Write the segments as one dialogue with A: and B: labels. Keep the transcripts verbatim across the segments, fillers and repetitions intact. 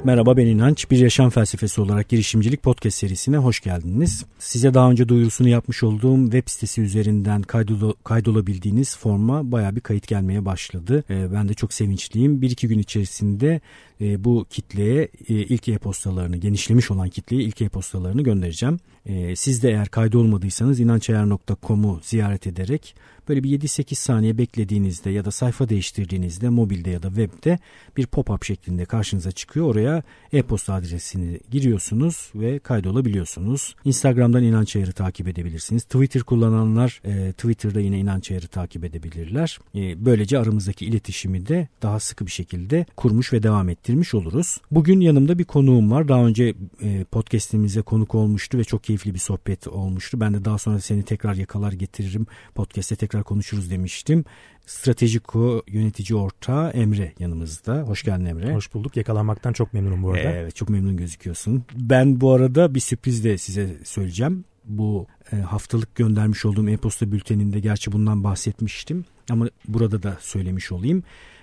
A: Merhaba, ben İnanç. Bir yaşam felsefesi olarak girişimcilik podcast serisine hoş geldiniz. Size daha önce duyurusunu yapmış olduğum web sitesi üzerinden kaydola, kaydolabildiğiniz forma bayağı bir kayıt gelmeye başladı. Ee, ben de çok sevinçliyim. Bir iki gün içerisinde e, bu kitleye e, ilk e-postalarını, genişlemiş olan kitleye ilk e-postalarını göndereceğim. E, siz de eğer kaydolmadıysanız inançayar nokta com'u ziyaret ederek böyle bir yedi sekiz saniye beklediğinizde ya da sayfa değiştirdiğinizde mobilde ya da webde bir pop-up şeklinde karşınıza çıkıyor. Oraya e-posta adresini giriyorsunuz ve kaydolabiliyorsunuz. Instagram'dan İnanç Ayar'ı takip edebilirsiniz. Twitter kullananlar e, Twitter'da yine İnanç Ayar'ı takip edebilirler. E, böylece aramızdaki iletişimi de daha sıkı bir şekilde kurmuş ve devam ettirmiş oluruz. Bugün yanımda bir konuğum var. Daha önce e, podcast'imize konuk olmuştu ve çok keyifli bir sohbet olmuştu. Ben de daha sonra seni tekrar yakalar getiririm, podcast'te tekrar konuşuruz demiştim. Stratejiko yönetici ortağı Emre yanımızda. Hoş geldin Emre.
B: Hoş bulduk. Yakalanmaktan çok memnunum bu arada.
A: Evet, çok memnun gözüküyorsun. Ben bu arada bir sürpriz de size söyleyeceğim. Bu e, haftalık göndermiş olduğum e-posta bülteninde gerçi bundan bahsetmiştim. Ama burada da söylemiş olayım.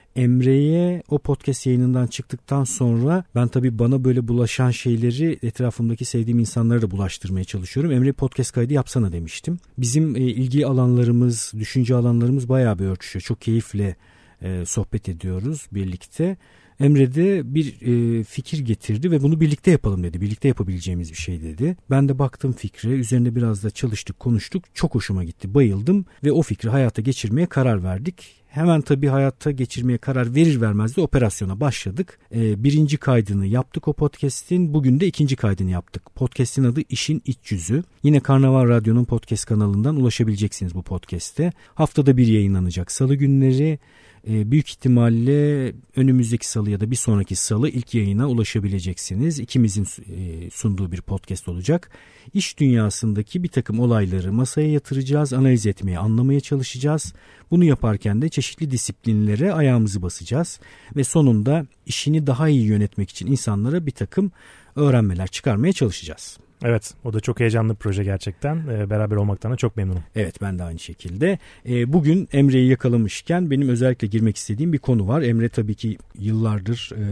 A: Emre'ye o podcast yayınından çıktıktan sonra ben tabii bana böyle bulaşan şeyleri etrafımdaki sevdiğim insanlara da bulaştırmaya çalışıyorum. Emre podcast kaydı yapsana demiştim. Bizim e, ilgi alanlarımız, düşünce alanlarımız bayağı bir örtüşüyor. Çok keyifle e, sohbet ediyoruz birlikte. Emre de bir e, fikir getirdi ve bunu birlikte yapalım dedi. Birlikte yapabileceğimiz bir şey dedi. Ben de baktım fikre, üzerine biraz da çalıştık, konuştuk. Çok hoşuma gitti, bayıldım ve o fikri hayata geçirmeye karar verdik. Hemen tabii hayata geçirmeye karar verir vermez de operasyona başladık. Ee, birinci kaydını yaptık o podcast'in. Bugün de ikinci kaydını yaptık. Podcast'in adı İşin İç Yüzü. Yine Karnaval Radyo'nun podcast kanalından ulaşabileceksiniz bu podcast'e. Haftada bir yayınlanacak salı günleri. Ee, büyük ihtimalle önümüzdeki salı ya da bir sonraki salı ilk yayına ulaşabileceksiniz. İkimizin e, sunduğu bir podcast olacak. İş dünyasındaki bir takım olayları masaya yatıracağız, analiz etmeye, anlamaya çalışacağız. Bunu yaparken de çeşitli disiplinlere ayağımızı basacağız ve sonunda işini daha iyi yönetmek için insanlara bir takım öğrenmeler çıkarmaya çalışacağız.
B: Evet, o da çok heyecanlı bir proje gerçekten. Ee, beraber olmaktan da çok memnunum.
A: Evet, ben de aynı şekilde. Ee, bugün Emre'yi yakalamışken benim özellikle girmek istediğim bir konu var. Emre tabii ki yıllardır e,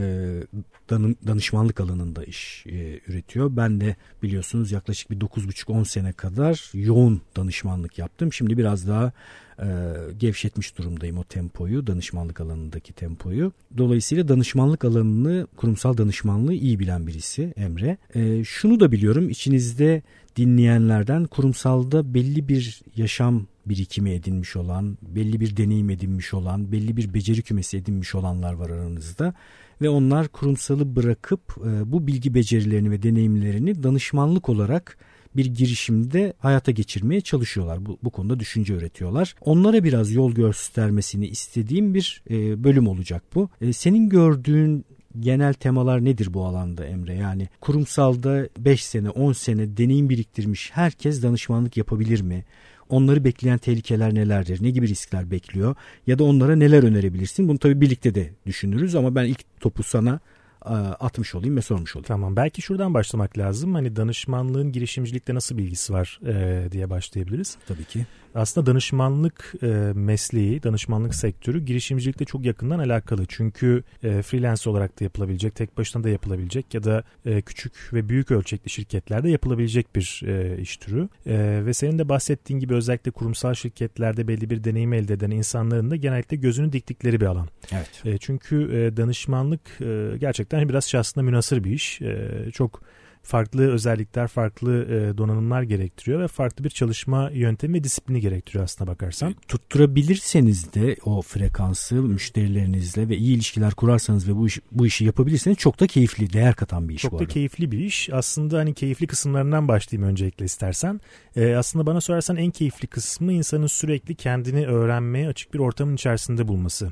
A: dan- danışmanlık alanında iş e, üretiyor. Ben de biliyorsunuz yaklaşık bir dokuz buçuk on sene kadar yoğun danışmanlık yaptım. Şimdi biraz daha e, gevşetmiş durumdayım o tempoyu, danışmanlık alanındaki tempoyu. Dolayısıyla danışmanlık alanını, kurumsal danışmanlığı iyi bilen birisi Emre. E, şunu da biliyorum, içinizde dinleyenlerden kurumsalda belli bir yaşam birikimi edinmiş olan, belli bir deneyim edinmiş olan, belli bir beceri kümesi edinmiş olanlar var aranızda. Ve onlar kurumsalı bırakıp e, bu bilgi becerilerini ve deneyimlerini danışmanlık olarak bir girişimde hayata geçirmeye çalışıyorlar. Bu, bu konuda düşünce üretiyorlar. Onlara biraz yol göstermesini istediğim bir e, bölüm olacak bu. E, senin gördüğün genel temalar nedir bu alanda Emre? Yani kurumsalda beş sene, on sene deneyim biriktirmiş herkes danışmanlık yapabilir mi? Onları bekleyen tehlikeler nelerdir? Ne gibi riskler bekliyor? Ya da onlara neler önerebilirsin? Bunu tabii birlikte de düşünürüz ama ben ilk topu sana atmış olayım ve sormuş olayım.
B: Tamam, belki şuradan başlamak lazım. Hani danışmanlığın girişimcilikte nasıl bilgisi var e, diye başlayabiliriz.
A: Tabii ki.
B: Aslında danışmanlık e, mesleği, danışmanlık sektörü girişimcilikle çok yakından alakalı. Çünkü e, freelance olarak da yapılabilecek, tek başına da yapılabilecek ya da e, küçük ve büyük ölçekli şirketlerde yapılabilecek bir e, iş türü. E, ve senin de bahsettiğin gibi özellikle kurumsal şirketlerde belli bir deneyim elde eden insanların da genellikle gözünü diktikleri bir alan.
A: Evet.
B: E, çünkü e, danışmanlık e, gerçekten biraz şahsına münhasır bir iş. E, çok farklı özellikler, farklı e, donanımlar gerektiriyor ve farklı bir çalışma yöntemi ve disiplini gerektiriyor aslına bakarsan.
A: Tutturabilirseniz de o frekansı müşterilerinizle ve iyi ilişkiler kurarsanız ve bu iş, bu işi yapabilirseniz çok da keyifli, değer katan bir iş
B: çok
A: bu
B: arada. Çok da keyifli bir iş. Aslında hani keyifli kısımlarından başlayayım öncelikle istersen. E, aslında bana sorarsan en keyifli kısmı insanın sürekli kendini öğrenmeye açık bir ortamın içerisinde bulması.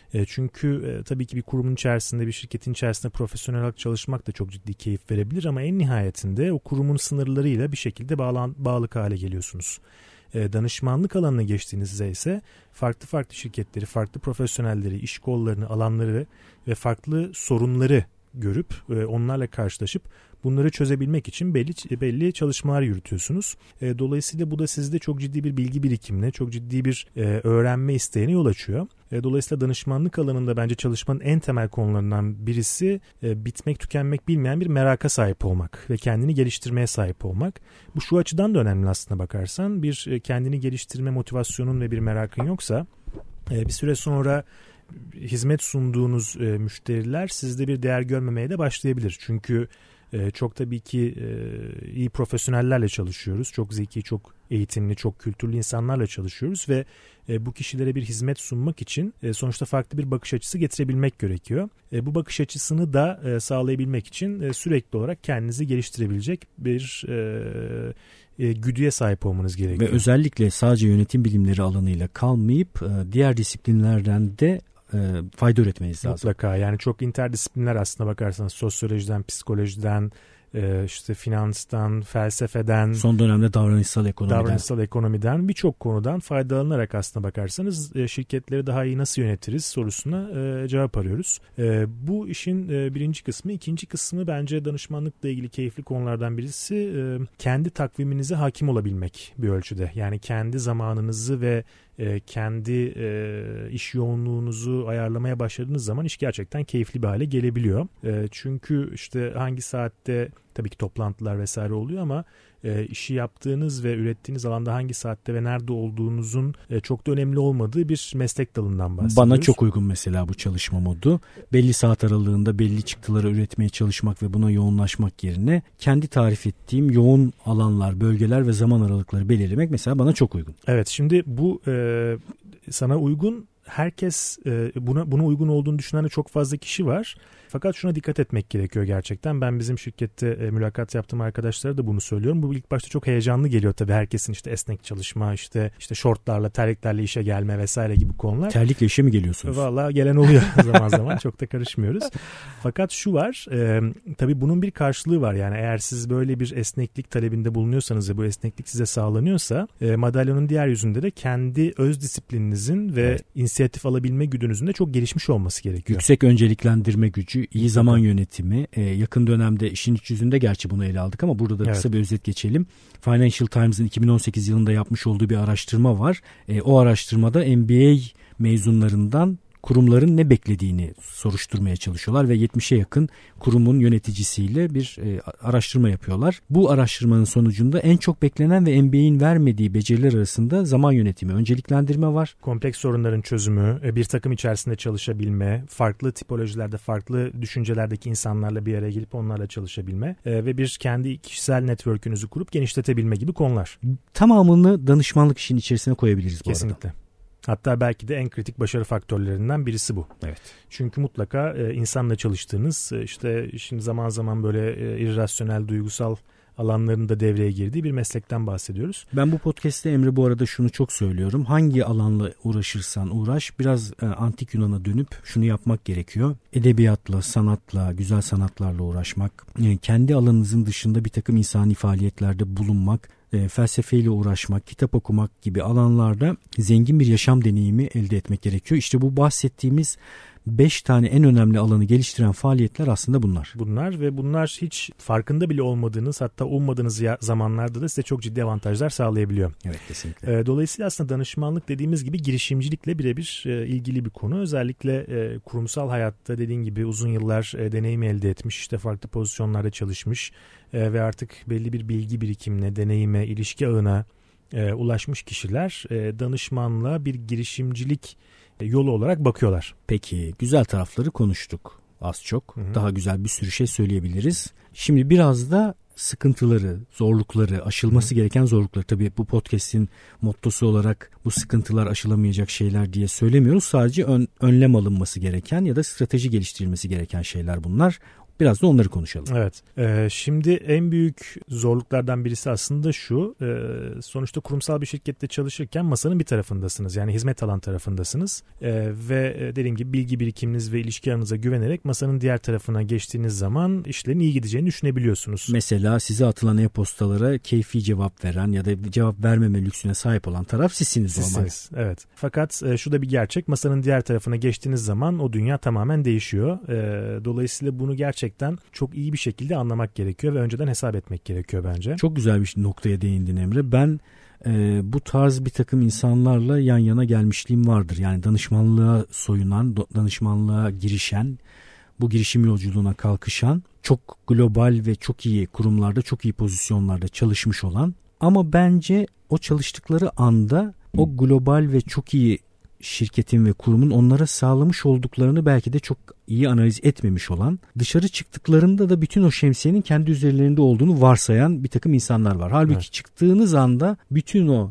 B: Çünkü e, tabii ki bir kurumun içerisinde, bir şirketin içerisinde profesyonel olarak çalışmak da çok ciddi keyif verebilir ama en nihayetinde o kurumun sınırlarıyla bir şekilde bağlan, bağlık hale geliyorsunuz. E, danışmanlık alanına geçtiğinizde ise farklı farklı şirketleri, farklı profesyonelleri, iş kollarını, alanları ve farklı sorunları görüp e, onlarla karşılaşıp bunları çözebilmek için belli belli çalışmalar yürütüyorsunuz. E, dolayısıyla bu da sizde çok ciddi bir bilgi birikimine, çok ciddi bir e, öğrenme isteğine yol açıyor. E, dolayısıyla danışmanlık alanında bence çalışmanın en temel konularından birisi e, bitmek tükenmek bilmeyen bir meraka sahip olmak ve kendini geliştirmeye sahip olmak. Bu şu açıdan da önemli aslına bakarsan. Bir e, kendini geliştirme motivasyonun ve bir merakın yoksa e, bir süre sonra hizmet sunduğunuz e, müşteriler sizde bir değer görmemeye de başlayabilir. Çünkü e, çok tabii ki e, iyi profesyonellerle çalışıyoruz. Çok zeki, çok eğitimli, çok kültürlü insanlarla çalışıyoruz ve e, bu kişilere bir hizmet sunmak için e, sonuçta farklı bir bakış açısı getirebilmek gerekiyor. E, bu bakış açısını da e, sağlayabilmek için e, sürekli olarak kendinizi geliştirebilecek bir e, e, güdüye sahip olmanız gerekiyor.
A: Ve özellikle sadece yönetim bilimleri alanıyla kalmayıp e, diğer disiplinlerden de fayda üretmeniz lazım.
B: Mutlaka, yani çok interdisipliner aslına bakarsanız, sosyolojiden, psikolojiden, işte finanstan, felsefeden,
A: son dönemde davranışsal ekonomiden,
B: davranışsal ekonomiden birçok konudan faydalanarak aslına bakarsanız şirketleri daha iyi nasıl yönetiriz sorusuna cevap arıyoruz. Bu işin birinci kısmı. İkinci kısmı bence danışmanlıkla ilgili keyifli konulardan birisi kendi takviminize hakim olabilmek bir ölçüde. Yani kendi zamanınızı ve kendi iş yoğunluğunuzu ayarlamaya başladığınız zaman iş gerçekten keyifli bir hale gelebiliyor. Çünkü işte hangi saatte, tabii ki toplantılar vesaire oluyor ama e, işi yaptığınız ve ürettiğiniz alanda hangi saatte ve nerede olduğunuzun e, çok da önemli olmadığı bir meslek dalından bahsediyoruz.
A: Bana çok uygun mesela bu çalışma modu. Belli saat aralığında belli çıktıları üretmeye çalışmak ve buna yoğunlaşmak yerine kendi tarif ettiğim yoğun alanlar, bölgeler ve zaman aralıkları belirlemek mesela bana çok uygun.
B: Evet, şimdi bu e, sana uygun. Herkes e, buna buna uygun olduğunu düşünen de çok fazla kişi var. Fakat şuna dikkat etmek gerekiyor gerçekten. Ben bizim şirkette e, mülakat yaptığım arkadaşlara da bunu söylüyorum. Bu ilk başta çok heyecanlı geliyor tabii. Herkesin işte esnek çalışma, işte işte şortlarla, terliklerle işe gelme vesaire gibi konular.
A: Terlikle işe mi geliyorsunuz?
B: Vallahi gelen oluyor zaman zaman. Çok da karışmıyoruz. Fakat şu var. E, tabii bunun bir karşılığı var. Yani eğer siz böyle bir esneklik talebinde bulunuyorsanız ve bu esneklik size sağlanıyorsa e, madalyonun diğer yüzünde de kendi öz disiplininizin ve evet, inisiyatif alabilme güdünüzün de çok gelişmiş olması gerekiyor.
A: Yüksek önceliklendirme gücü, iyi zaman yönetimi, e, yakın dönemde işin iç yüzünde gerçi bunu ele aldık ama burada da evet, kısa bir özet geçelim. Financial Times'ın iki bin on sekiz yılında yapmış olduğu bir araştırma var. E, o araştırmada M B A mezunlarından kurumların ne beklediğini soruşturmaya çalışıyorlar ve yetmişe yakın kurumun yöneticisiyle bir e, araştırma yapıyorlar. Bu araştırmanın sonucunda en çok beklenen ve M B A'in vermediği beceriler arasında zaman yönetimi, önceliklendirme var.
B: Kompleks sorunların çözümü, bir takım içerisinde çalışabilme, farklı tipolojilerde, farklı düşüncelerdeki insanlarla bir araya gelip onlarla çalışabilme e, ve bir kendi kişisel network'ünüzü kurup genişletebilme gibi konular.
A: Tamamını danışmanlık işinin içerisine koyabiliriz bu
B: Kesinlikle.
A: arada.
B: Hatta belki de en kritik başarı faktörlerinden birisi bu.
A: Evet.
B: Çünkü mutlaka e, insanla çalıştığınız, e, işte şimdi zaman zaman böyle e, irrasyonel, duygusal alanların da devreye girdiği bir meslekten bahsediyoruz.
A: Ben bu podcast'te Emre bu arada şunu çok söylüyorum. Hangi alanla uğraşırsan uğraş, biraz e, antik Yunan'a dönüp şunu yapmak gerekiyor. Edebiyatla, sanatla, güzel sanatlarla uğraşmak, yani kendi alanınızın dışında bir takım insani faaliyetlerde bulunmak, e, felsefeyle uğraşmak, kitap okumak gibi alanlarda zengin bir yaşam deneyimi elde etmek gerekiyor. İşte bu bahsettiğimiz beş tane en önemli alanı geliştiren faaliyetler aslında bunlar.
B: Bunlar ve bunlar hiç farkında bile olmadığınız, hatta ummadığınız zamanlarda da size çok ciddi avantajlar sağlayabiliyor.
A: Evet, kesinlikle.
B: Dolayısıyla aslında danışmanlık dediğimiz gibi girişimcilikle birebir ilgili bir konu. Özellikle kurumsal hayatta dediğin gibi uzun yıllar deneyim elde etmiş, işte farklı pozisyonlarda çalışmış ve artık belli bir bilgi birikimine, deneyime, ilişki ağına ulaşmış kişiler danışmanlığa bir girişimcilik yolu olarak bakıyorlar.
A: Peki, güzel tarafları konuştuk az çok. Hı hı. Daha güzel bir sürü şey söyleyebiliriz. Şimdi biraz da sıkıntıları, zorlukları, aşılması hı hı. gereken zorlukları. Tabii bu podcast'in mottosu olarak bu sıkıntılar aşılamayacak şeyler diye söylemiyoruz. Sadece ön, önlem alınması gereken ya da strateji geliştirilmesi gereken şeyler bunlar. Biraz da onları konuşalım.
B: Evet. E, şimdi en büyük zorluklardan birisi aslında şu. E, sonuçta kurumsal bir şirkette çalışırken masanın bir tarafındasınız. Yani hizmet alan tarafındasınız. E, ve dediğim gibi bilgi birikiminiz ve ilişki ağınıza güvenerek masanın diğer tarafına geçtiğiniz zaman işlerin iyi gideceğini düşünebiliyorsunuz.
A: Mesela size atılan e-postalara keyfi cevap veren ya da cevap vermeme lüksüne sahip olan taraf sizsiniz.
B: Sizsiniz. Evet. Fakat e, şu da bir gerçek. Masanın diğer tarafına geçtiğiniz zaman o dünya tamamen değişiyor. E, dolayısıyla bunu gerçekten gerçekten çok iyi bir şekilde anlamak gerekiyor ve önceden hesap etmek gerekiyor bence.
A: Çok güzel bir noktaya değindin Emre. Ben e, bu tarz bir takım insanlarla yan yana gelmişliğim vardır. Yani danışmanlığa soyunan, danışmanlığa girişen, bu girişim yolculuğuna kalkışan, çok global ve çok iyi kurumlarda, çok iyi pozisyonlarda çalışmış olan ama bence o çalıştıkları anda o global ve çok iyi şirketin ve kurumun onlara sağlamış olduklarını belki de çok iyi analiz etmemiş olan, dışarı çıktıklarında da bütün o şemsiyenin kendi üzerlerinde olduğunu varsayan bir takım insanlar var. Halbuki evet. çıktığınız anda bütün o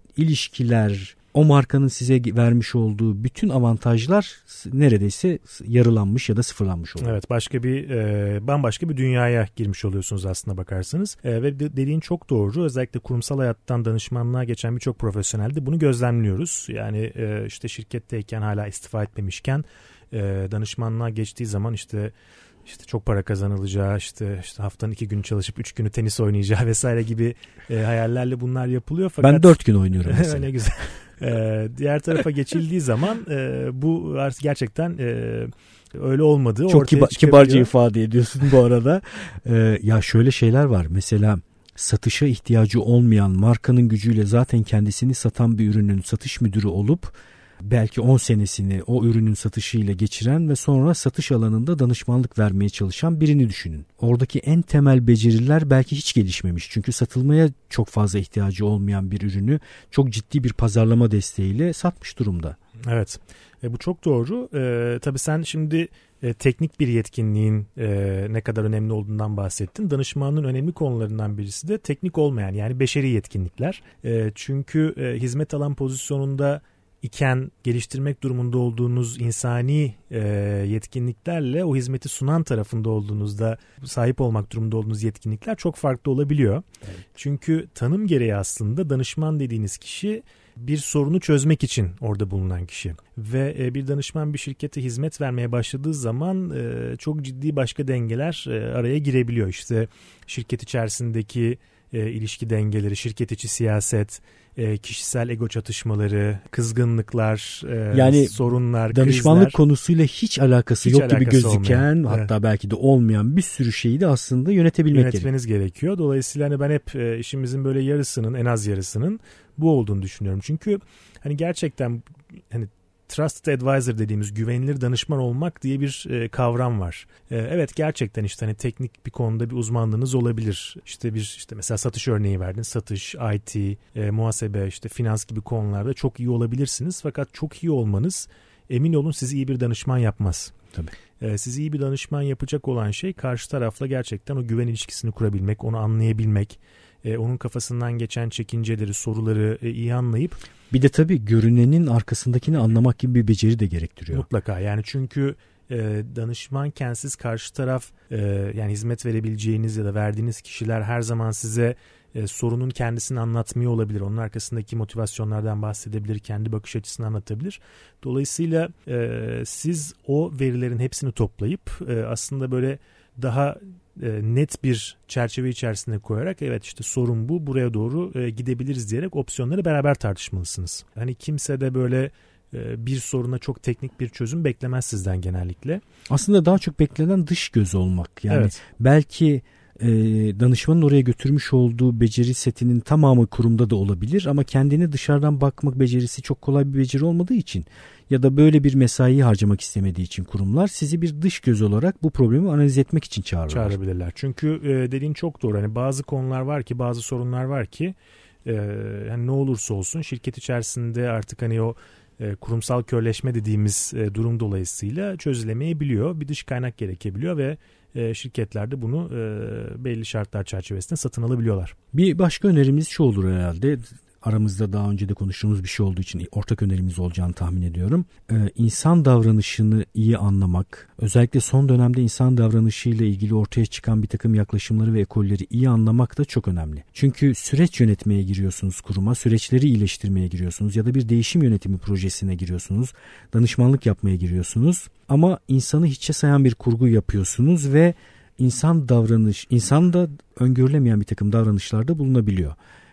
A: ilişkiler, o markanın size vermiş olduğu bütün avantajlar neredeyse yarılanmış ya da sıfırlanmış oluyor.
B: Evet, başka bir e, bambaşka bir dünyaya girmiş oluyorsunuz aslında bakarsanız. E, ve dediğin çok doğru. Özellikle kurumsal hayattan danışmanlığa geçen birçok profesyonelde bunu gözlemliyoruz. Yani e, işte şirketteyken hala istifa etmemişken e, danışmanlığa geçtiği zaman işte İşte çok para kazanılacağı, işte, işte haftanın iki gün çalışıp üç günü tenis oynayacağı vesaire gibi e, hayallerle bunlar yapılıyor. Fakat
A: ben dört gün oynuyorum mesela.
B: Ne güzel. E, diğer tarafa geçildiği zaman e, bu gerçekten e, öyle olmadığı
A: çok
B: ortaya
A: kiba,
B: çıkabiliyor.
A: Kibarca ifade ediyorsun bu arada. E, ya şöyle şeyler var. Mesela satışa ihtiyacı olmayan, markanın gücüyle zaten kendisini satan bir ürünün satış müdürü olup belki on senesini o ürünün satışıyla geçiren ve sonra satış alanında danışmanlık vermeye çalışan birini düşünün. Oradaki en temel beceriler belki hiç gelişmemiş. Çünkü satılmaya çok fazla ihtiyacı olmayan bir ürünü çok ciddi bir pazarlama desteğiyle satmış durumda.
B: Evet, e, bu çok doğru. E, tabii sen şimdi e, teknik bir yetkinliğin e, ne kadar önemli olduğundan bahsettin. Danışmanlığın önemli konularından birisi de teknik olmayan, yani beşeri yetkinlikler. E, çünkü e, hizmet alan pozisyonunda iken geliştirmek durumunda olduğunuz insani e, yetkinliklerle o hizmeti sunan tarafında olduğunuzda sahip olmak durumunda olduğunuz yetkinlikler çok farklı olabiliyor. Evet. Çünkü tanım gereği aslında danışman dediğiniz kişi bir sorunu çözmek için orada bulunan kişi. Ve e, bir danışman bir şirkete hizmet vermeye başladığı zaman e, çok ciddi başka dengeler e, araya girebiliyor. İşte şirket içerisindeki e, ilişki dengeleri, şirket içi siyaset, e, kişisel ego çatışmaları, kızgınlıklar, e,
A: yani
B: sorunlar,
A: danışmanlık
B: krizler,
A: konusuyla hiç alakası
B: hiç
A: yok
B: alakası
A: gibi gözüken,
B: olmayan,
A: hatta
B: evet.
A: belki de olmayan bir sürü şeyi de aslında yönetebilmek
B: yönetmeniz gerekiyor. gerekiyor. Dolayısıyla hani ben hep e, işimizin böyle yarısının, en az yarısının bu olduğunu düşünüyorum. Çünkü hani gerçekten hani Trusted Advisor dediğimiz güvenilir danışman olmak diye bir e, kavram var. E, evet, gerçekten işte hani teknik bir konuda bir uzmanlığınız olabilir. İşte bir işte mesela satış örneği verdin. Satış, I T, e, muhasebe, işte finans gibi konularda çok iyi olabilirsiniz. Fakat çok iyi olmanız emin olun sizi iyi bir danışman yapmaz.
A: Tabii.
B: E, sizi iyi bir danışman yapacak olan şey karşı tarafla gerçekten o güven ilişkisini kurabilmek, onu anlayabilmek. E, onun kafasından geçen çekinceleri, soruları e, iyi anlayıp
A: bir de tabii görünenin arkasındakini anlamak gibi bir beceri de gerektiriyor.
B: Mutlaka, yani çünkü e, danışmanken siz karşı taraf e, yani hizmet verebileceğiniz ya da verdiğiniz kişiler her zaman size e, sorunun kendisini anlatmıyor olabilir. Onun arkasındaki motivasyonlardan bahsedebilir, kendi bakış açısını anlatabilir. Dolayısıyla e, siz o verilerin hepsini toplayıp e, aslında böyle daha e, net bir çerçeve içerisinde koyarak evet işte sorun bu, buraya doğru e, gidebiliriz diyerek opsiyonları beraber tartışmalısınız. Hani kimse de böyle e, bir soruna çok teknik bir çözüm beklemez sizden genellikle.
A: Aslında daha çok beklenen dış göz olmak. Yani
B: evet.
A: belki e, danışmanın oraya götürmüş olduğu beceri setinin tamamı kurumda da olabilir ama kendine dışarıdan bakmak becerisi çok kolay bir beceri olmadığı için ya da böyle bir mesai harcamak istemediği için kurumlar sizi bir dış göz olarak bu problemi analiz etmek için çağırırlar.
B: Çağırabilirler. Çünkü e, dediğin çok doğru. Hani bazı konular var ki, bazı sorunlar var ki e, yani ne olursa olsun şirket içerisinde artık hani o e, kurumsal körleşme dediğimiz e, durum dolayısıyla çözülemeyebiliyor. Bir dış kaynak gerekebiliyor ve e, şirketler de bunu e, belli şartlar çerçevesinde satın alabiliyorlar.
A: Bir başka önerimiz şu olur herhalde. Aramızda daha önce de konuştuğumuz bir şey olduğu için ortak önerimiz olacağını tahmin ediyorum. Ee, insan davranışını iyi anlamak, özellikle son dönemde insan davranışıyla ilgili ortaya çıkan bir takım yaklaşımları ve ekolleri iyi anlamak da çok önemli. Çünkü süreç yönetmeye giriyorsunuz kuruma, süreçleri iyileştirmeye giriyorsunuz ya da bir değişim yönetimi projesine giriyorsunuz, danışmanlık yapmaya giriyorsunuz ama insanı hiçe sayan bir kurgu yapıyorsunuz ve insan davranış, insan da öngörülemeyen bir takım davranışlarda bulunabiliyor.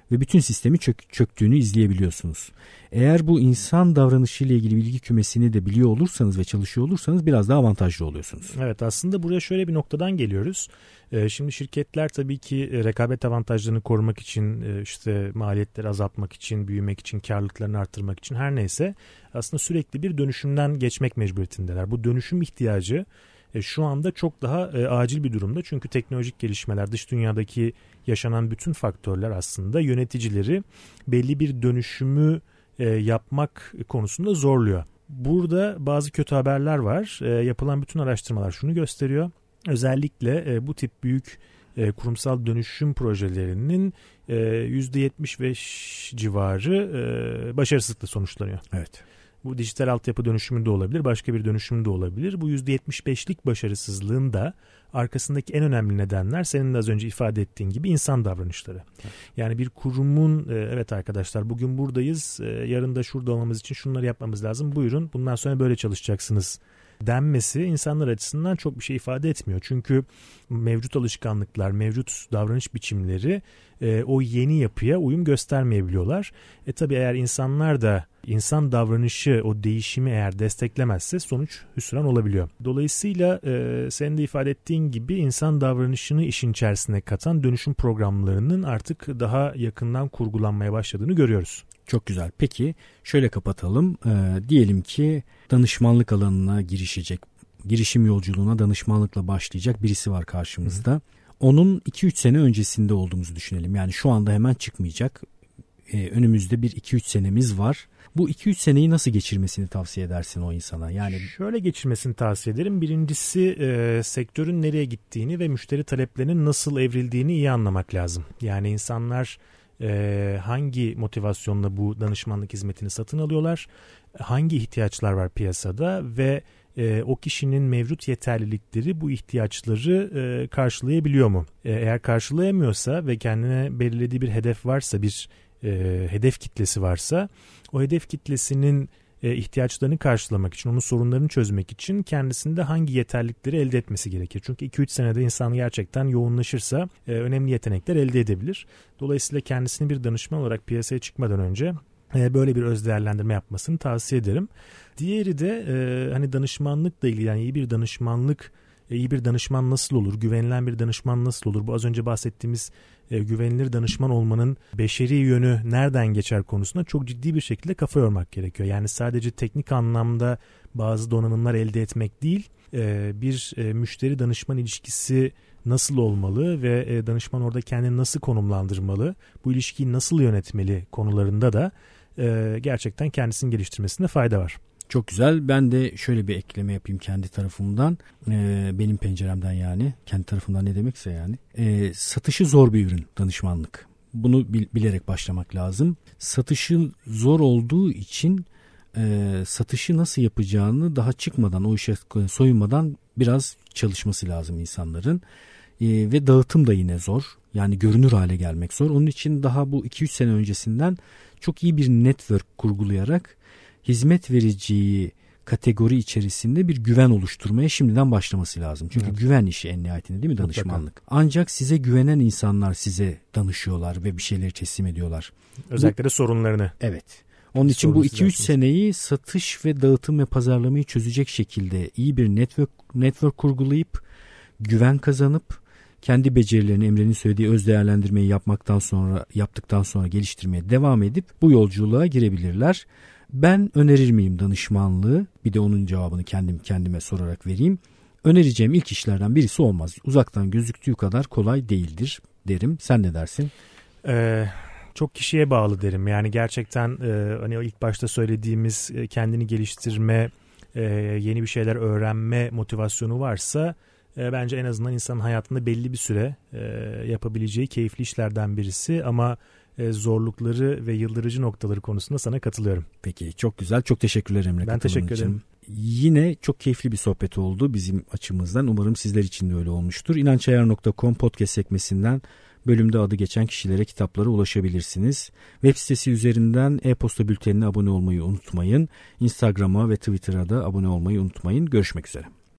A: ve bütün sistemi çök, çöktüğünü izleyebiliyorsunuz. Eğer bu insan davranışıyla ilgili bilgi kümesini de biliyor olursanız ve çalışıyor olursanız biraz daha avantajlı oluyorsunuz.
B: Evet, aslında buraya şöyle bir noktadan geliyoruz. Ee, şimdi şirketler tabii ki rekabet avantajlarını korumak için, işte maliyetleri azaltmak için, büyümek için, karlılıklarını arttırmak için her neyse aslında sürekli bir dönüşümden geçmek mecburiyetindeler. Bu dönüşüm ihtiyacı e, şu anda çok daha e, acil bir durumda. Çünkü teknolojik gelişmeler, dış dünyadaki yaşanan bütün faktörler aslında yöneticileri belli bir dönüşümü e, yapmak konusunda zorluyor. Burada bazı kötü haberler var. E, yapılan bütün araştırmalar şunu gösteriyor. Özellikle e, bu tip büyük e, kurumsal dönüşüm projelerinin e, yüzde yetmiş beş civarı e, başarısızlıkla sonuçlanıyor.
A: Evet.
B: Bu dijital altyapı dönüşümü de olabilir, başka bir dönüşüm de olabilir. Bu yüzde yetmiş beşlik başarısızlığın da arkasındaki en önemli nedenler senin de az önce ifade ettiğin gibi insan davranışları. Evet. Yani bir kurumun evet arkadaşlar bugün buradayız, yarın da şurada olmamız için şunları yapmamız lazım. Buyurun bundan sonra böyle çalışacaksınız denmesi insanlar açısından çok bir şey ifade etmiyor. Çünkü mevcut alışkanlıklar, mevcut davranış biçimleri e, o yeni yapıya uyum göstermeyebiliyorlar. E tabii eğer insanlar da insan davranışı, o değişimi eğer desteklemezse sonuç hüsran olabiliyor. Dolayısıyla e, senin de ifade ettiğin gibi insan davranışını işin içerisine katan dönüşüm programlarının artık daha yakından kurgulanmaya başladığını görüyoruz.
A: Çok güzel. Peki şöyle kapatalım. Ee, diyelim ki danışmanlık alanına girişecek, girişim yolculuğuna danışmanlıkla başlayacak birisi var karşımızda. Hı. Onun iki üç sene öncesinde olduğumuzu düşünelim. Yani şu anda hemen çıkmayacak. Ee, önümüzde bir iki üç senemiz var. Bu iki üç seneyi nasıl geçirmesini tavsiye edersin o insana? Yani
B: şöyle geçirmesini tavsiye ederim. Birincisi e, sektörün nereye gittiğini ve müşteri taleplerinin nasıl evrildiğini iyi anlamak lazım. Yani insanlar Ee, hangi motivasyonla bu danışmanlık hizmetini satın alıyorlar, hangi ihtiyaçlar var piyasada ve e, o kişinin mevcut yeterlilikleri bu ihtiyaçları e, karşılayabiliyor mu? E, eğer karşılayamıyorsa ve kendine belirlediği bir hedef varsa, bir e, hedef kitlesi varsa, o hedef kitlesinin e, ihtiyaçlarını karşılamak için, onun sorunlarını çözmek için kendisinde hangi yeterlilikleri elde etmesi gerekir? Çünkü iki üç senede insan gerçekten yoğunlaşırsa e, önemli yetenekler elde edebilir. Dolayısıyla kendisini bir danışman olarak piyasaya çıkmadan önce e, böyle bir öz değerlendirme yapmasını tavsiye ederim. Diğeri de e, hani danışmanlıkla ilgili, yani iyi bir danışmanlık, iyi bir danışman nasıl olur, güvenilen bir danışman nasıl olur? Bu az önce bahsettiğimiz e, güvenilir danışman olmanın beşeri yönü nereden geçer konusunda çok ciddi bir şekilde kafa yormak gerekiyor. Yani sadece teknik anlamda bazı donanımlar elde etmek değil, e, bir e, müşteri danışman ilişkisi nasıl olmalı ve e, danışman orada kendini nasıl konumlandırmalı, bu ilişkiyi nasıl yönetmeli konularında da e, gerçekten kendisini geliştirmesinde fayda var.
A: Çok güzel. Ben de şöyle bir ekleme yapayım kendi tarafımdan. Ee, benim penceremden yani. Kendi tarafımdan ne demekse yani. Ee, satışı zor bir ürün danışmanlık. Bunu bil, bilerek başlamak lazım. Satışı zor olduğu için e, satışı nasıl yapacağını daha çıkmadan, o işe soyunmadan biraz çalışması lazım insanların. E, ve dağıtım da yine zor. Yani görünür hale gelmek zor. Onun için daha bu iki üç sene öncesinden çok iyi bir network kurgulayarak hizmet vereceği kategori içerisinde bir güven oluşturmaya şimdiden başlaması lazım. Çünkü evet, güven işi en nihayetinde, değil mi danışmanlık? Mutlaka. Ancak size güvenen insanlar size danışıyorlar ve bir şeyleri teslim ediyorlar.
B: Özellikle de sorunlarını.
A: Evet. Onun için bu iki üç seneyi satış ve dağıtım ve pazarlamayı çözecek şekilde iyi bir network, network kurgulayıp güven kazanıp kendi becerilerini, Emre'nin söylediği öz değerlendirmeyi yapmaktan sonra yaptıktan sonra geliştirmeye devam edip bu yolculuğa girebilirler. Ben önerir miyim danışmanlığı? Bir de onun cevabını kendim kendime sorarak vereyim. Önereceğim ilk işlerden birisi olmaz. Uzaktan gözüktüğü kadar kolay değildir derim. Sen ne dersin?
B: Ee, çok kişiye bağlı derim. Yani gerçekten e, hani ilk başta söylediğimiz e, kendini geliştirme, e, yeni bir şeyler öğrenme motivasyonu varsa e, bence en azından insanın hayatında belli bir süre e, yapabileceği keyifli işlerden birisi. Ama zorlukları ve yıldırıcı noktaları konusunda sana katılıyorum.
A: Peki, çok güzel. Çok teşekkürler Emre.
B: Ben teşekkür ederim.
A: Yine çok keyifli bir sohbet oldu bizim açımızdan. Umarım sizler için de öyle olmuştur. inançayar nokta com podcast sekmesinden bölümde adı geçen kişilere, kitaplara ulaşabilirsiniz. Web sitesi üzerinden e-posta bültenine abone olmayı unutmayın. Instagram'a ve Twitter'a da abone olmayı unutmayın. Görüşmek üzere.